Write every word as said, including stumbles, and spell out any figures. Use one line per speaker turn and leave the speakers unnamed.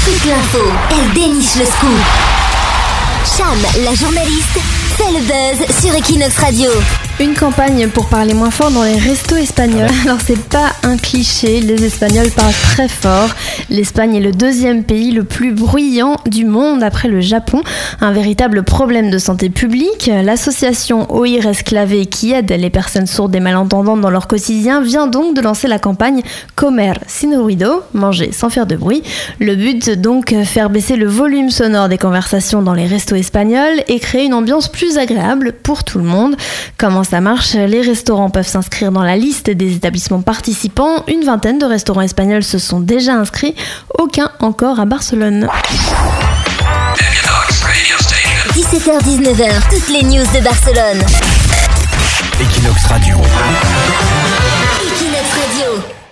toute l'info, elle déniche le scoop. Cham, la journaliste, fait le buzz sur Equinox Radio.
Une campagne pour parler moins fort dans les restos espagnols. Alors c'est pas un cliché, les Espagnols parlent très fort. L'Espagne est le deuxième pays le plus bruyant du monde après le Japon. Un véritable problème de santé publique. L'association Oír Esclave, qui aide les personnes sourdes et malentendantes dans leur quotidien, vient donc de lancer la campagne Comer sin ruido, manger sans faire de bruit. Le but donc faire baisser le volume sonore des conversations dans les restos espagnols et créer une ambiance plus agréable pour tout le monde. Comment ça marche? Les restaurants peuvent s'inscrire dans la liste des établissements participants. Une vingtaine de restaurants espagnols se sont déjà inscrits, aucun encore à Barcelone.
dix-sept heures dix-neuf heures, toutes les news de Barcelone.
Equinox Radio.
Equinox Radio.